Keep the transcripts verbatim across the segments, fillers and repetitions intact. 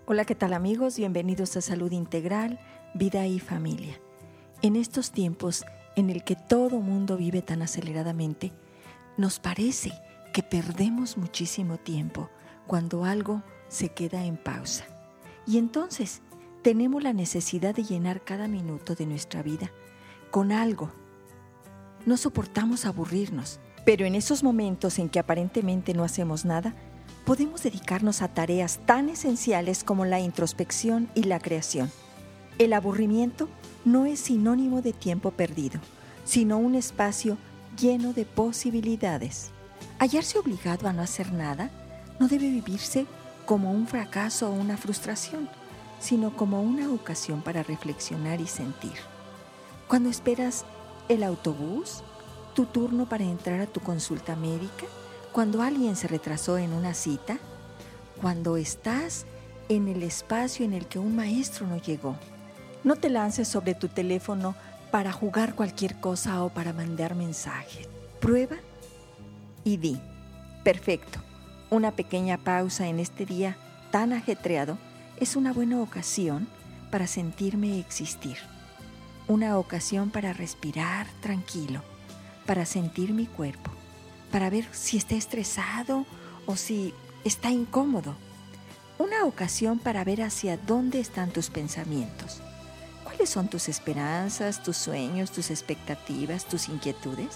Hola, ¿qué tal amigos? Bienvenidos a Salud Integral, Vida y Familia. En estos tiempos en el que todo mundo vive tan aceleradamente, nos parece que perdemos muchísimo tiempo cuando algo se queda en pausa. Y entonces tenemos la necesidad de llenar cada minuto de nuestra vida con algo. No soportamos aburrirnos, pero en esos momentos en que aparentemente no hacemos nada, podemos dedicarnos a tareas tan esenciales como la introspección y la creación. El aburrimiento no es sinónimo de tiempo perdido, sino un espacio lleno de posibilidades. Hallarse obligado a no hacer nada no debe vivirse como un fracaso o una frustración, sino como una ocasión para reflexionar y sentir. Cuando esperas el autobús, tu turno para entrar a tu consulta médica, cuando alguien se retrasó en una cita, cuando estás en el espacio en el que un maestro no llegó. No te lances sobre tu teléfono para jugar cualquier cosa o para mandar mensajes. Prueba y di, perfecto, una pequeña pausa en este día tan ajetreado es una buena ocasión para sentirme existir. Una ocasión para respirar tranquilo, para sentir mi cuerpo, para ver si está estresado o si está incómodo. Una ocasión para ver hacia dónde están tus pensamientos. ¿Cuáles son tus esperanzas, tus sueños, tus expectativas, tus inquietudes?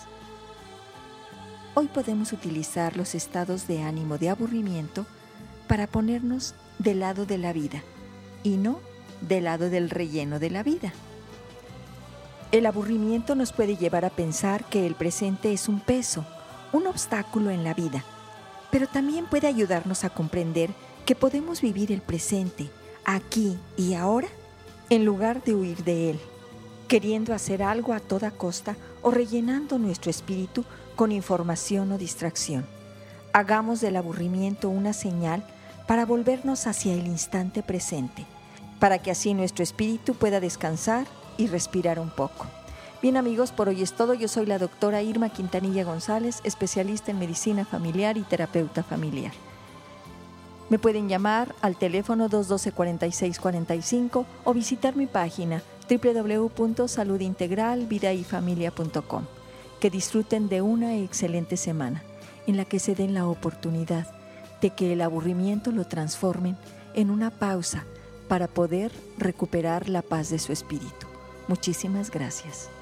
Hoy podemos utilizar los estados de ánimo de aburrimiento para ponernos del lado de la vida y no del lado del relleno de la vida. El aburrimiento nos puede llevar a pensar que el presente es un peso, un obstáculo en la vida, pero también puede ayudarnos a comprender que podemos vivir el presente, aquí y ahora, en lugar de huir de él, queriendo hacer algo a toda costa o rellenando nuestro espíritu con información o distracción. Hagamos del aburrimiento una señal para volvernos hacia el instante presente, para que así nuestro espíritu pueda descansar y respirar un poco. Bien amigos, por hoy es todo. Yo soy la doctora Irma Quintanilla González, especialista en medicina familiar y terapeuta familiar. Me pueden llamar al teléfono dos uno dos, cuatro seis cuatro cinco o visitar mi página doble u doble u doble u punto salud integral vida y familia punto com. Que disfruten de una excelente semana en la que se den la oportunidad de que el aburrimiento lo transformen en una pausa para poder recuperar la paz de su espíritu. Muchísimas gracias.